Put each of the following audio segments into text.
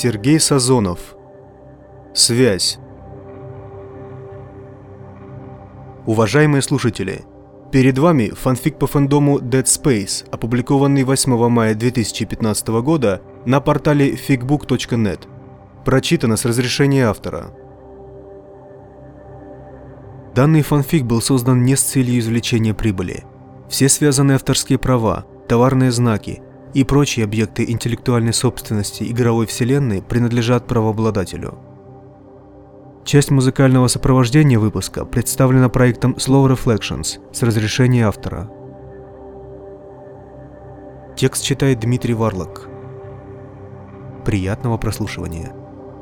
Сергей Сазонов. Связь. Уважаемые слушатели, перед вами фанфик по фэндому Dead Space, опубликованный 8 мая 2015 года на портале figbook.net. Прочитано с разрешения автора. Данный фанфик был создан не с целью извлечения прибыли. Все связанные авторские права, товарные знаки и прочие объекты интеллектуальной собственности игровой вселенной принадлежат правообладателю. Часть музыкального сопровождения выпуска представлена проектом Slow Reflections с разрешения автора. Текст читает Дмитрий Варлок. Приятного прослушивания.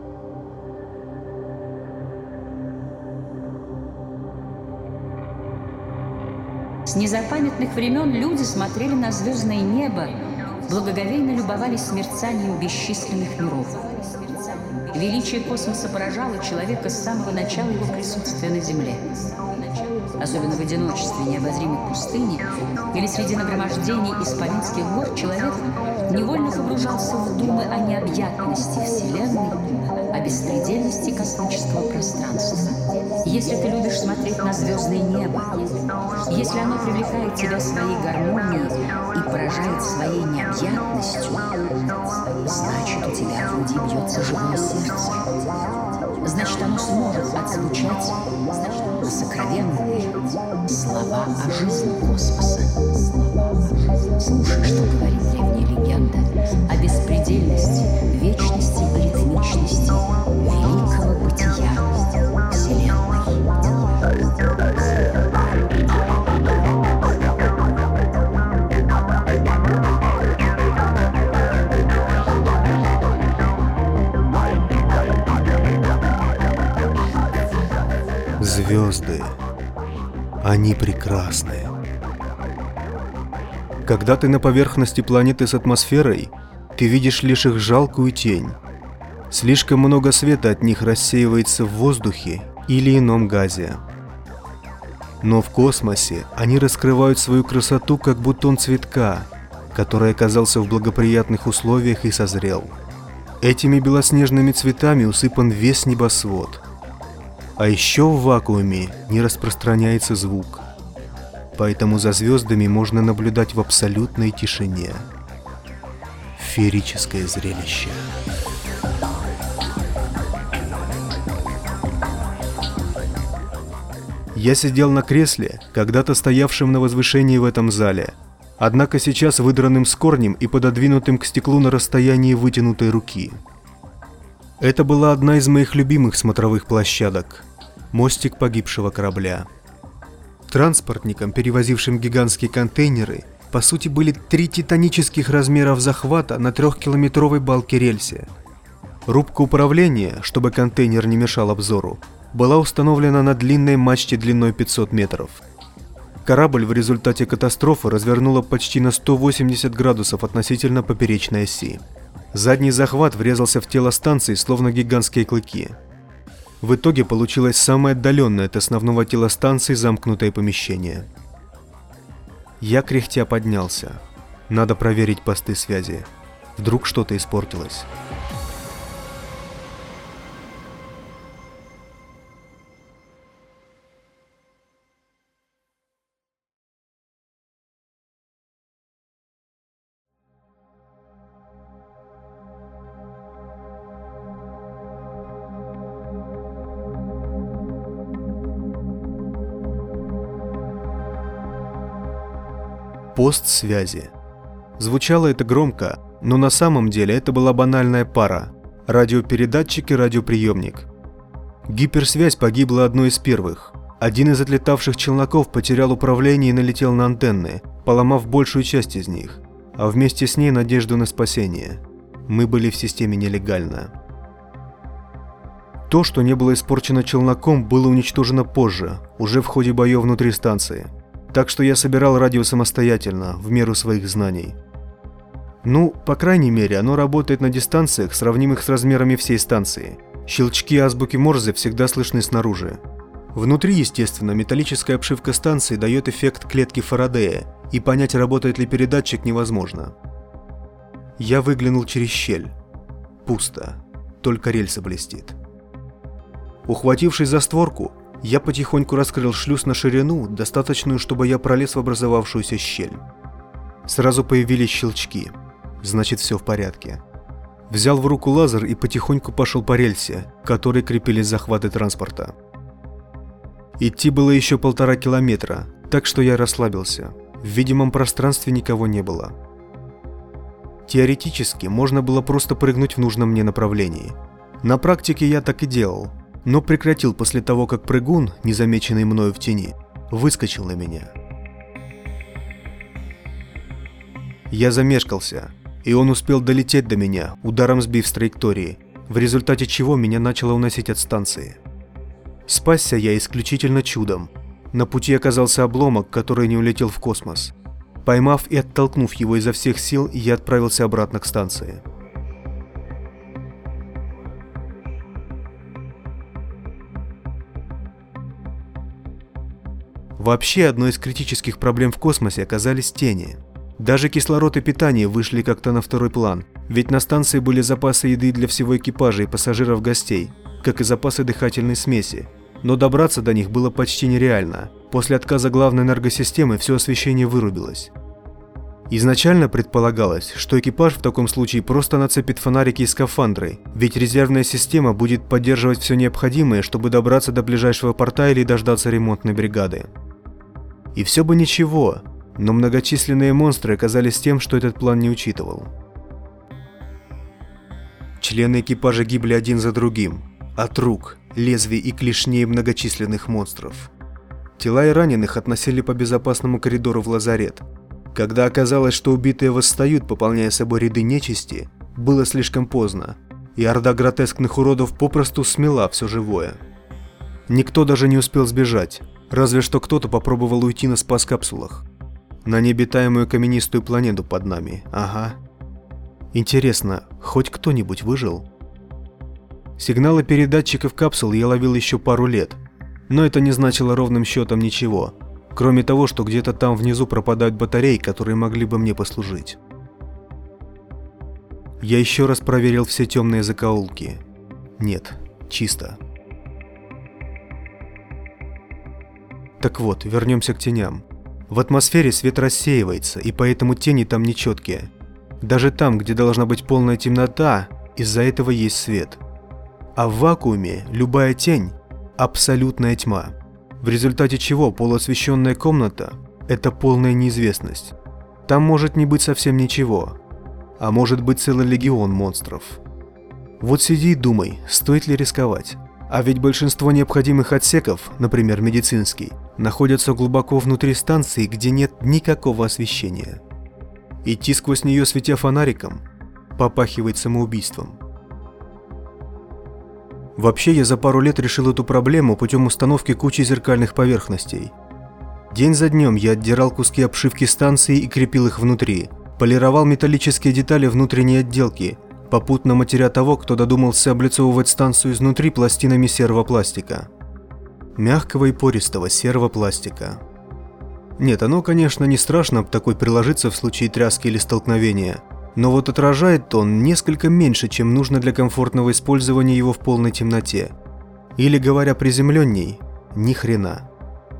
С незапамятных времен люди смотрели на звездное небо, благоговейно любовались мерцанием бесчисленных миров. Величие космоса поражало человека с самого начала его присутствия на Земле. Особенно в одиночестве необозримой пустыни или среди нагромождений исполинских гор человек невольно погружался в думы о необъятности Вселенной, о беспредельности космического пространства. Если ты любишь смотреть на звездное небо, если оно привлекает тебя своей гармонией и поражает своей необъятностью, значит, у тебя в груди бьется живое сердце. Значит, оно сможет отзвучать сокровенные слова о жизни космоса. Слушай, что говорит древняя легенда о беспредельности, вечности и ритмичности великого бытия Вселенной. Звезды. Они прекрасны. Когда ты на поверхности планеты с атмосферой, ты видишь лишь их жалкую тень. Слишком много света от них рассеивается в воздухе или ином газе. Но в космосе они раскрывают свою красоту, как бутон цветка, который оказался в благоприятных условиях и созрел. Этими белоснежными цветами усыпан весь небосвод. А еще в вакууме не распространяется звук. Поэтому за звездами можно наблюдать в абсолютной тишине. Феерическое зрелище. Я сидел на кресле, когда-то стоявшем на возвышении в этом зале, однако сейчас выдранным с корнем и пододвинутым к стеклу на расстоянии вытянутой руки. Это была одна из моих любимых смотровых площадок – мостик погибшего корабля. Транспортникам, перевозившим гигантские контейнеры, по сути были 3 титанических размеров захвата на 3-километровой балке рельсе. Рубка управления, чтобы контейнер не мешал обзору, была установлена на длинной мачте длиной 500 метров. Корабль в результате катастрофы развернуло почти на 180 градусов относительно поперечной оси. Задний захват врезался в тело станции, словно гигантские клыки. В итоге получилось самое отдаленное от основного тела станции замкнутое помещение. Я кряхтя поднялся. Надо проверить посты связи. Вдруг что-то испортилось. Пост связи. Звучало это громко, но на самом деле это была банальная пара – радиопередатчик и радиоприемник. Гиперсвязь погибла одной из первых. Один из отлетавших челноков потерял управление и налетел на антенны, поломав большую часть из них, а вместе с ней надежду на спасение. Мы были в системе нелегально. То, что не было испорчено челноком, было уничтожено позже, уже в ходе боев внутри станции. Так что я собирал радио самостоятельно, в меру своих знаний. Ну, по крайней мере, оно работает на дистанциях, сравнимых с размерами всей станции. Щелчки азбуки Морзе всегда слышны снаружи. Внутри, естественно, металлическая обшивка станции дает эффект клетки Фарадея, и понять, работает ли передатчик, невозможно. Я выглянул через щель. Пусто. только рельса блестит. Ухватившись за створку, я потихоньку раскрыл шлюз на ширину, достаточную, чтобы я пролез в образовавшуюся щель. Сразу появились щелчки. Значит, все в порядке. Взял в руку лазер и потихоньку пошел по рельсе, к которой крепились захваты транспорта. Идти было еще 1,5 километра, так что я расслабился. В видимом пространстве никого не было. Теоретически можно было просто прыгнуть в нужном мне направлении. На практике я так и делал, но прекратил после того, как прыгун, незамеченный мною в тени, выскочил на меня. Я замешкался, и он успел долететь до меня, ударом сбив с траектории, в результате чего меня начало уносить от станции. Спасся я исключительно чудом. На пути оказался обломок, который не улетел в космос. Поймав и оттолкнув его изо всех сил, я отправился обратно к станции. Вообще, одной из критических проблем в космосе оказались тени. Даже кислород и питание вышли как-то на второй план, ведь на станции были запасы еды для всего экипажа и пассажиров-гостей, как и запасы дыхательной смеси, но добраться до них было почти нереально. После отказа главной энергосистемы все освещение вырубилось. Изначально предполагалось, что экипаж в таком случае просто нацепит фонарики и скафандры, ведь резервная система будет поддерживать все необходимое, чтобы добраться до ближайшего порта или дождаться ремонтной бригады. И все бы ничего, но многочисленные монстры оказались тем, что этот план не учитывал. Члены экипажа гибли один за другим, от рук, лезвий и клешней многочисленных монстров. Тела и раненых относили по безопасному коридору в лазарет. Когда оказалось, что убитые восстают, пополняя собой ряды нечисти, было слишком поздно, и орда гротескных уродов попросту смела все живое. Никто даже не успел сбежать, разве что кто-то попробовал уйти на спас-капсулах. На необитаемую каменистую планету под нами, ага. Интересно, хоть кто-нибудь выжил? Сигналы передатчиков капсул я ловил еще пару лет, но это не значило ровным счетом ничего, кроме того, что где-то там внизу пропадают батареи, которые могли бы мне послужить. Я еще раз проверил все темные закоулки. Нет, чисто. Так вот, вернемся к теням. В атмосфере свет рассеивается, и поэтому тени там нечеткие. Даже там, где должна быть полная темнота, из-за этого есть свет. А в вакууме любая тень – абсолютная тьма, в результате чего полуосвещенная комната – это полная неизвестность. Там может не быть совсем ничего, а может быть целый легион монстров. Вот сиди и думай, стоит ли рисковать. А ведь большинство необходимых отсеков, например, медицинский, находятся глубоко внутри станции, где нет никакого освещения. Идти сквозь нее, светя фонариком, попахивает самоубийством. Вообще, я за пару лет решил эту проблему путем установки кучи зеркальных поверхностей. День за днем я отдирал куски обшивки станции и крепил их внутри, полировал металлические детали внутренней отделки, попутно матеря того, кто додумался облицовывать станцию изнутри пластинами серого пластика. Мягкого и пористого серого пластика. Нет, оно, конечно, не страшно такой приложиться в случае тряски или столкновения, но вот отражает он несколько меньше, чем нужно для комфортного использования его в полной темноте. Или, говоря приземленней, ни хрена.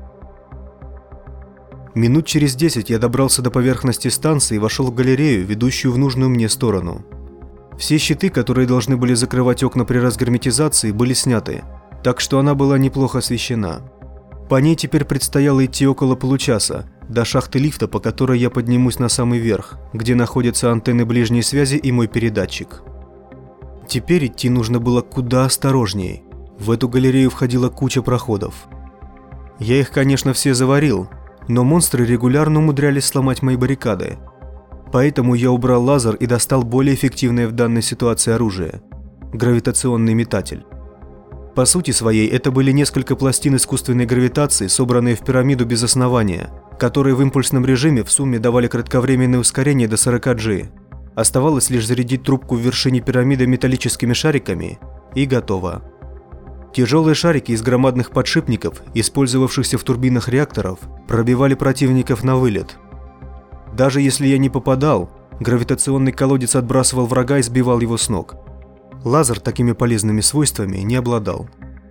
Минут через 10 я добрался до поверхности станции и вошел в галерею, ведущую в нужную мне сторону. Все щиты, которые должны были закрывать окна при разгерметизации, были сняты, так что она была неплохо освещена. По ней теперь предстояло идти около получаса, до шахты лифта, по которой я поднимусь на самый верх, где находятся антенны ближней связи и мой передатчик. Теперь идти нужно было куда осторожнее. В эту галерею входила куча проходов. Я их, конечно, все заварил, но монстры регулярно умудрялись сломать мои баррикады. Поэтому я убрал лазер и достал более эффективное в данной ситуации оружие – гравитационный метатель. По сути своей, это были несколько пластин искусственной гравитации, собранные в пирамиду без основания, которые в импульсном режиме в сумме давали кратковременное ускорение до 40G. Оставалось лишь зарядить трубку в вершине пирамиды металлическими шариками, и готово. Тяжелые шарики из громадных подшипников, использовавшихся в турбинах реакторов, пробивали противников на вылет. Даже если я не попадал, гравитационный колодец отбрасывал врага и сбивал его с ног. Лазер такими полезными свойствами не обладал.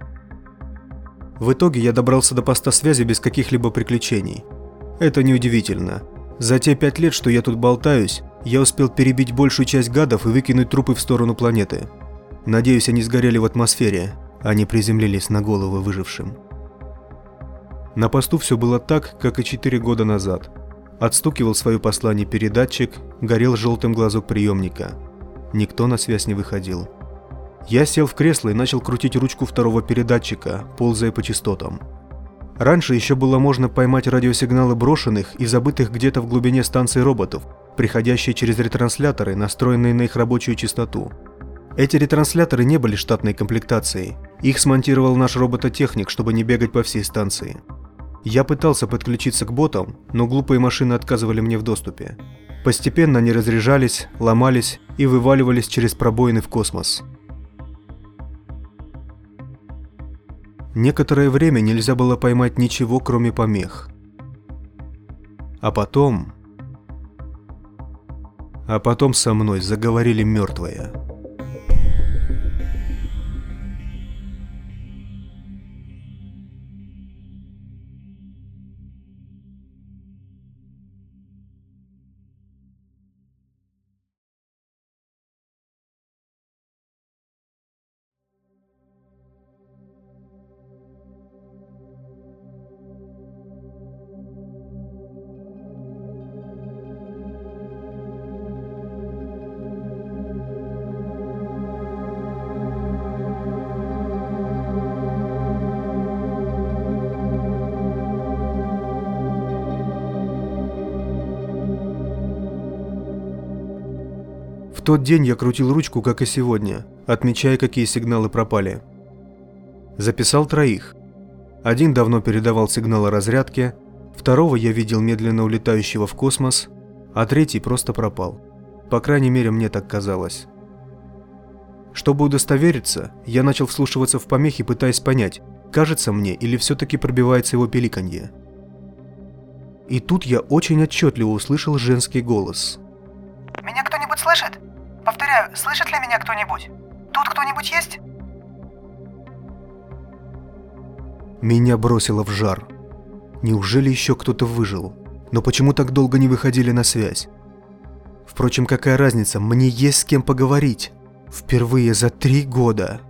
В итоге я добрался до поста связи без каких-либо приключений. Это неудивительно. За те 5 лет, что я тут болтаюсь, я успел перебить большую часть гадов и выкинуть трупы в сторону планеты. Надеюсь, они сгорели в атмосфере, а не приземлились на головы выжившим. На посту все было так, как и 4 года назад. Отстукивал свое послание передатчик, горел желтым глазок приемника. Никто на связь не выходил. Я сел в кресло и начал крутить ручку второго передатчика, ползая по частотам. Раньше еще было можно поймать радиосигналы брошенных и забытых где-то в глубине станций роботов, приходящие через ретрансляторы, настроенные на их рабочую частоту. Эти ретрансляторы не были штатной комплектацией. Их смонтировал наш робототехник, чтобы не бегать по всей станции. Я пытался подключиться к ботам, но глупые машины отказывали мне в доступе. Постепенно они разряжались, ломались и вываливались через пробоины в космос. Некоторое время нельзя было поймать ничего, кроме помех. А потом со мной заговорили мертвые. В тот день я крутил ручку, как и сегодня, отмечая, какие сигналы пропали. Записал 3. Один давно передавал сигнал о разрядке, 2 я видел медленно улетающего в космос, а 3 просто пропал. По крайней мере, мне так казалось. Чтобы удостовериться, я начал вслушиваться в помехи, пытаясь понять, кажется мне или все-таки пробивается его пиликанье. И тут я очень отчетливо услышал женский голос. «Меня кто-нибудь слышит? Повторяю, слышит ли меня кто-нибудь? Тут кто-нибудь есть?» Меня бросило в жар. Неужели еще кто-то выжил? Но почему так долго не выходили на связь? Впрочем, какая разница, мне есть с кем поговорить. Впервые за 3 года.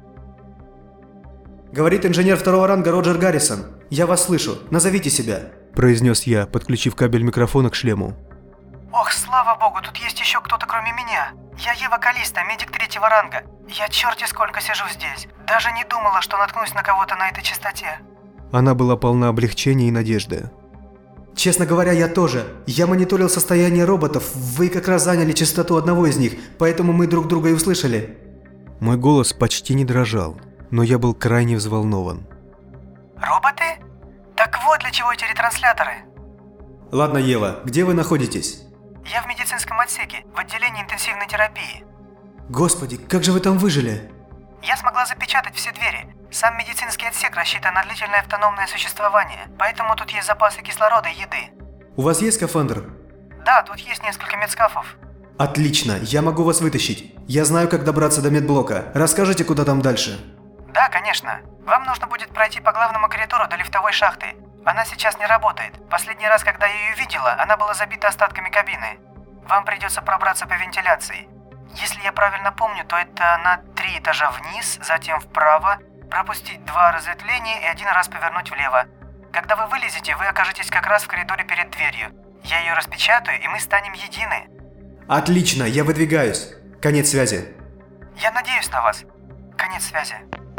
«Говорит инженер 2-го ранга Роджер Гаррисон. Я вас слышу. Назовите себя», – произнес я, подключив кабель микрофона к шлему. «Ох, слава богу, тут есть еще кто-то кроме меня. Я Ева Калиста, медик 3-го ранга. Я черти сколько сижу здесь. Даже не думала, что наткнусь на кого-то на этой частоте». Она была полна облегчения и надежды. «Честно говоря, я тоже. Я мониторил состояние роботов. Вы как раз заняли частоту одного из них, поэтому мы друг друга и услышали». Мой голос почти не дрожал, но я был крайне взволнован. «Роботы? Так вот для чего эти ретрансляторы». «Ладно, Ева, где вы находитесь?» «Я в медицинском отсеке, в отделении интенсивной терапии». «Господи, как же вы там выжили?» «Я смогла запечатать все двери. Сам медицинский отсек рассчитан на длительное автономное существование, поэтому тут есть запасы кислорода и еды». «У вас есть скафандр?» «Да, тут есть несколько медскафов». «Отлично, я могу вас вытащить. Я знаю, как добраться до медблока. Расскажите, куда там дальше?» «Да, конечно. Вам нужно будет пройти по главному коридору до лифтовой шахты. Она сейчас не работает. Последний раз, когда я ее видела, она была забита остатками кабины. Вам придется пробраться по вентиляции. Если я правильно помню, то это на 3 этажа вниз, затем вправо, пропустить 2 разветвления и 1 раз повернуть влево. Когда вы вылезете, вы окажетесь как раз в коридоре перед дверью. Я ее распечатаю, и мы станем едины». «Отлично, я выдвигаюсь. Конец связи». «Я надеюсь на вас. Конец связи».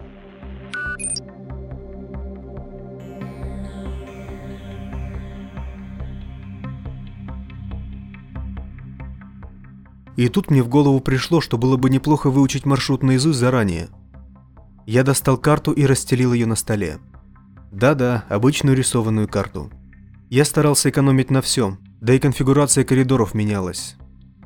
И тут мне в голову пришло, что было бы неплохо выучить маршрут наизусть заранее. Я достал карту и расстелил ее на столе. Да-да, обычную рисованную карту. Я старался экономить на всем, да и конфигурация коридоров менялась.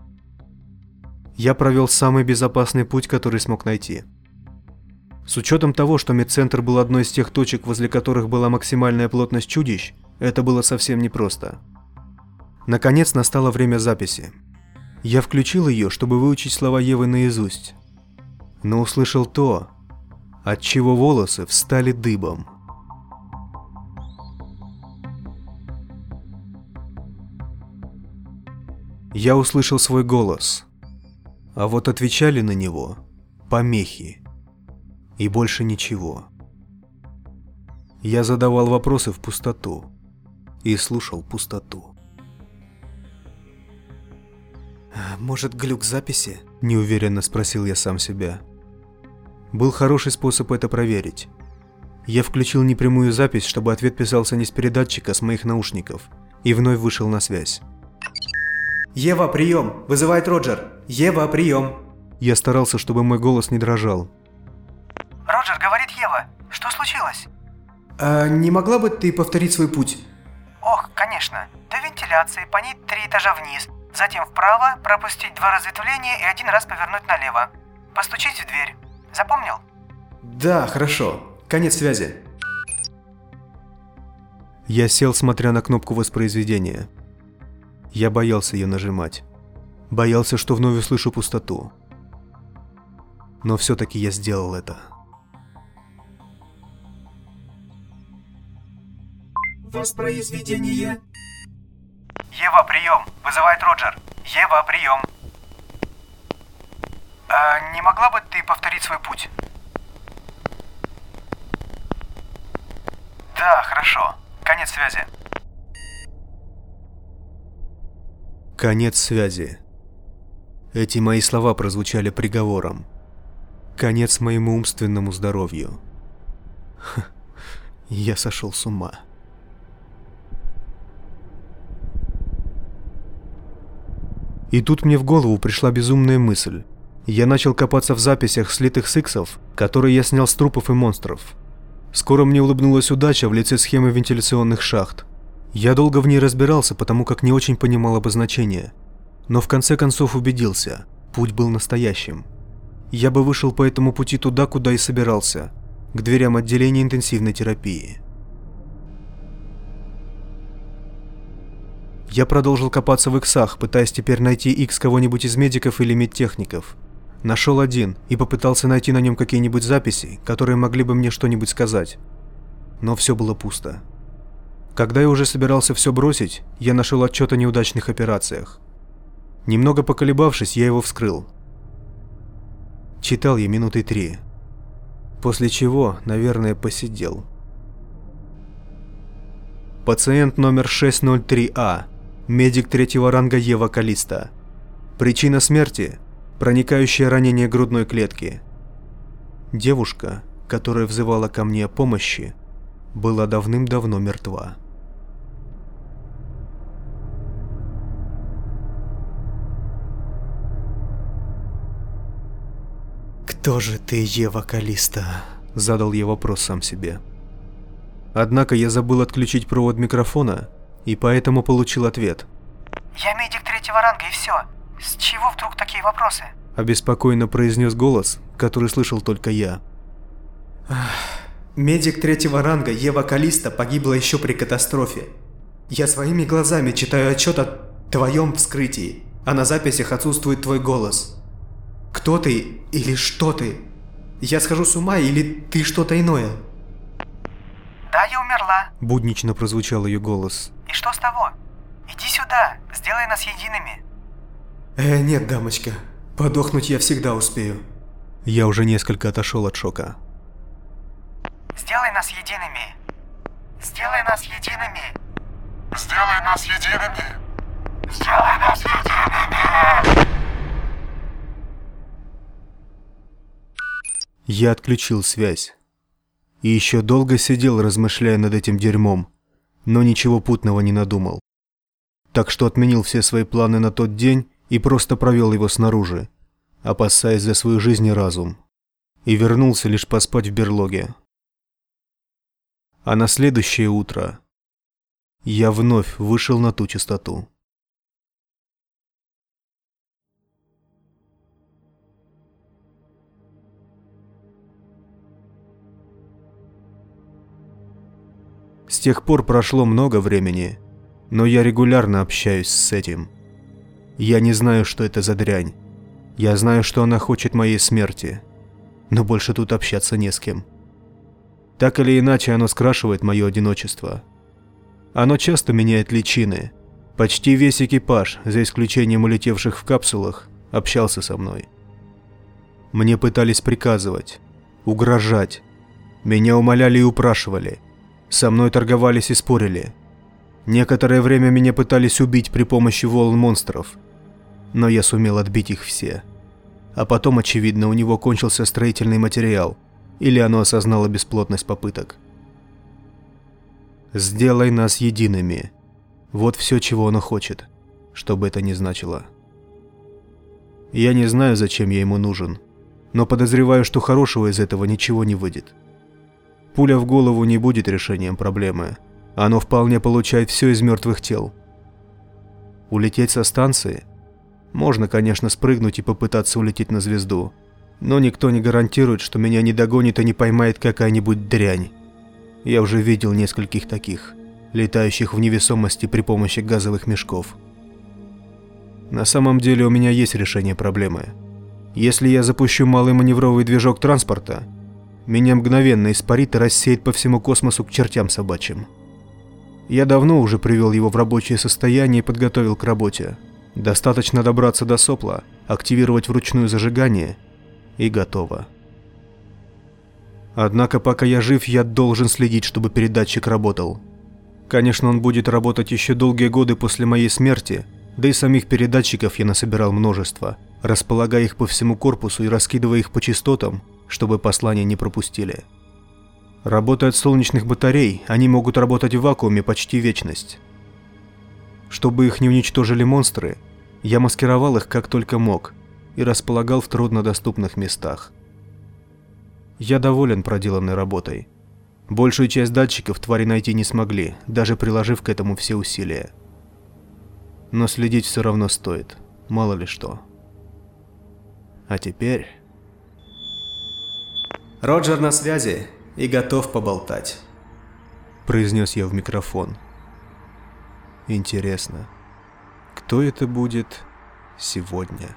Я провел самый безопасный путь, который смог найти. С учетом того, что медцентр был одной из тех точек, возле которых была максимальная плотность чудищ, это было совсем непросто. Наконец настало время записи. Я включил ее, чтобы выучить слова Евы наизусть. но услышал то, от чего волосы встали дыбом. Я услышал свой голос, а вот отвечали на него помехи и больше ничего. Я задавал вопросы в пустоту и слушал пустоту. Может, глюк записи? Неуверенно спросил я сам себя. Был хороший способ это проверить. Я включил непрямую запись, чтобы ответ писался не с передатчика, а с моих наушников, и вновь вышел на связь. Ева, прием! Вызывает Роджер. Ева, прием! Я старался, чтобы мой голос не дрожал. Роджер, говорит Ева. Что случилось? Не могла бы ты повторить свой путь? Ох, конечно. До вентиляции, по ней 3 этажа вниз. Затем вправо, пропустить 2 разветвления и 1 раз повернуть налево. Постучить в дверь. Запомнил? Да, хорошо. Конец связи. Я сел, смотря на кнопку воспроизведения. Я боялся ее нажимать. Боялся, что вновь услышу пустоту. Но все-таки я сделал это. Воспроизведение. Ева, прием. Вызывает Роджер. Ева, прием. Не могла бы ты повторить свой путь? Да, хорошо. Конец связи. Конец связи. Эти мои слова прозвучали приговором. Конец моему умственному здоровью. Я сошел с ума. И тут мне в голову пришла безумная мысль. Я начал копаться в записях слитых с иксов, которые я снял с трупов и монстров. Скоро мне улыбнулась удача в лице схемы вентиляционных шахт. Я долго в ней разбирался, потому как не очень понимал обозначения. Но в конце концов убедился, путь был настоящим. Я бы вышел по этому пути туда, куда и собирался, к дверям отделения интенсивной терапии. Я продолжил копаться в иксах, пытаясь теперь найти икс кого-нибудь из медиков или медтехников. Нашел один и попытался найти на нем какие-нибудь записи, которые могли бы мне что-нибудь сказать. Но все было пусто. Когда я уже собирался все бросить, я нашел отчет о неудачных операциях. Немного поколебавшись, я его вскрыл. Читал я минуты 3. После чего, наверное, посидел. Пациент номер 603А. Медик 3-го ранга Ева Калиста. Причина смерти – проникающее ранение грудной клетки. Девушка, которая взывала ко мне о помощи, была давным-давно мертва. «Кто же ты, Ева Калиста?» – задал я вопрос сам себе. Однако я забыл отключить провод микрофона, и поэтому получил ответ. Я медик 3-го ранга и все. С чего вдруг такие вопросы? Обеспокоенно произнес голос, который слышал только я. Медик 3-го ранга Ева Калиста погибла еще при катастрофе. Я своими глазами читаю отчет о твоем вскрытии, а на записях отсутствует твой голос. Кто ты или что ты? Я схожу с ума или ты что-то иное? Да, я умерла. Буднично прозвучал ее голос. И что с того? Иди сюда, сделай нас едиными. Нет, дамочка. Подохнуть я всегда успею. Я уже несколько отошел от шока. Сделай нас едиными. Сделай нас едиными. Сделай нас едиными. Сделай нас едиными. Я отключил связь. И еще долго сидел, размышляя над этим дерьмом, но ничего путного не надумал. Так что отменил все свои планы на тот день и просто провел его снаружи, опасаясь за свою жизнь и разум, и вернулся лишь поспать в берлоге. А на следующее утро я вновь вышел на ту частоту. С тех пор прошло много времени, но я регулярно общаюсь с этим. Я не знаю, что это за дрянь. Я знаю, что она хочет моей смерти. но больше тут общаться не с кем. Так или иначе, оно скрашивает мое одиночество. Оно часто меняет личины. Почти весь экипаж, за исключением улетевших в капсулах, общался со мной. Мне пытались приказывать, угрожать. Меня умоляли и упрашивали. Со мной торговались и спорили. Некоторое время меня пытались убить при помощи волн монстров, но я сумел отбить их все. А потом, очевидно, у него кончился строительный материал, или оно осознало бесплотность попыток. «Сделай нас едиными». Вот все, чего оно хочет, что бы это ни значило. Я не знаю, зачем я ему нужен, но подозреваю, что хорошего из этого ничего не выйдет. Пуля в голову не будет решением проблемы. Оно вполне получает все из мертвых тел. Улететь со станции? Можно, конечно, спрыгнуть и попытаться улететь на звезду, но никто не гарантирует, что меня не догонит и не поймает какая-нибудь дрянь. Я уже видел нескольких таких, летающих в невесомости при помощи газовых мешков. На самом деле у меня есть решение проблемы. Если я запущу малый маневровый движок транспорта, меня мгновенно испарит и рассеет по всему космосу к чертям собачьим. Я давно уже привел его в рабочее состояние и подготовил к работе. Достаточно добраться до сопла, активировать вручную зажигание, и готово. Однако пока я жив, я должен следить, чтобы передатчик работал. Конечно, он будет работать еще долгие годы после моей смерти, да и самих передатчиков я насобирал множество, располагая их по всему корпусу и раскидывая их по частотам, чтобы послания не пропустили. Работая от солнечных батарей, они могут работать в вакууме почти вечность. Чтобы их не уничтожили монстры, я маскировал их как только мог и располагал в труднодоступных местах. Я доволен проделанной работой. Большую часть датчиков твари найти не смогли, даже приложив к этому все усилия. Но следить все равно стоит, мало ли что. А теперь... Роджер на связи и готов поболтать, произнес я в микрофон. Интересно, кто это будет сегодня?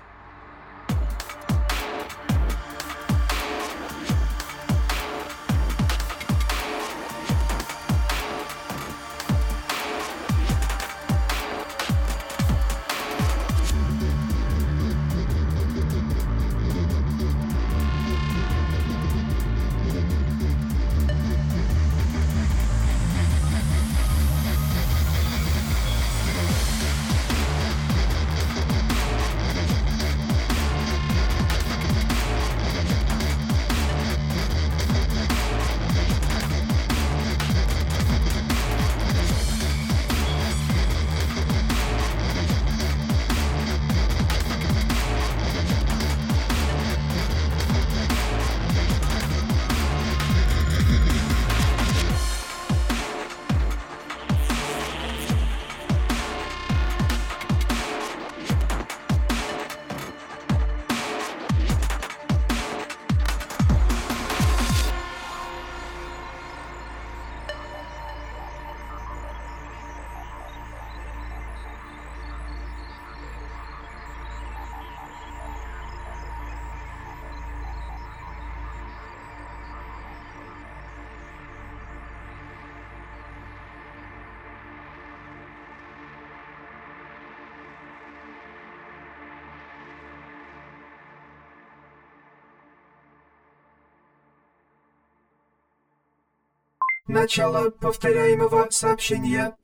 Начало повторяемого сообщения.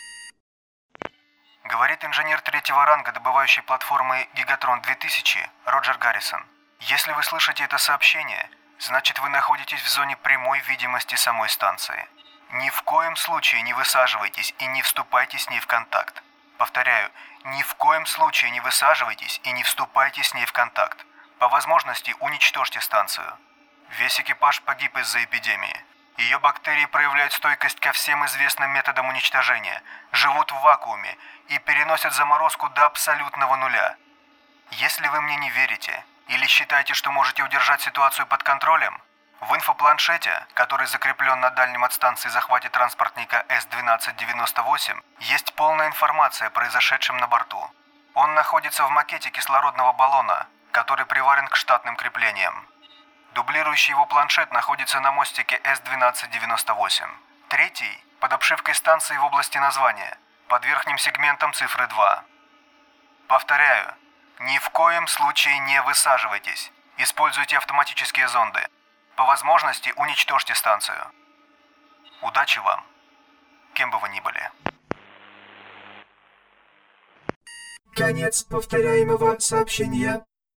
Говорит инженер третьего ранга добывающей платформы Гигатрон-2000 Роджер Гаррисон. Если вы слышите это сообщение, значит вы находитесь в зоне прямой видимости самой станции. Ни в коем случае не высаживайтесь и не вступайте с ней в контакт. Повторяю, ни в коем случае не высаживайтесь и не вступайте с ней в контакт. По возможности уничтожьте станцию. Весь экипаж погиб из-за эпидемии. Ее бактерии проявляют стойкость ко всем известным методам уничтожения, живут в вакууме и переносят заморозку до абсолютного нуля. Если вы мне не верите или считаете, что можете удержать ситуацию под контролем, в инфопланшете, который закреплен на дальнем от станции захвате транспортника С-1298, есть полная информация о произошедшем на борту. Он находится в макете кислородного баллона, который приварен к штатным креплениям. Дублирующий его планшет находится на мостике С-1298. Третий – под обшивкой станции в области названия, под верхним сегментом цифры 2. Повторяю, ни в коем случае не высаживайтесь. Используйте автоматические зонды. По возможности уничтожьте станцию. Удачи вам, кем бы вы ни были. Конец повторяемого сообщения.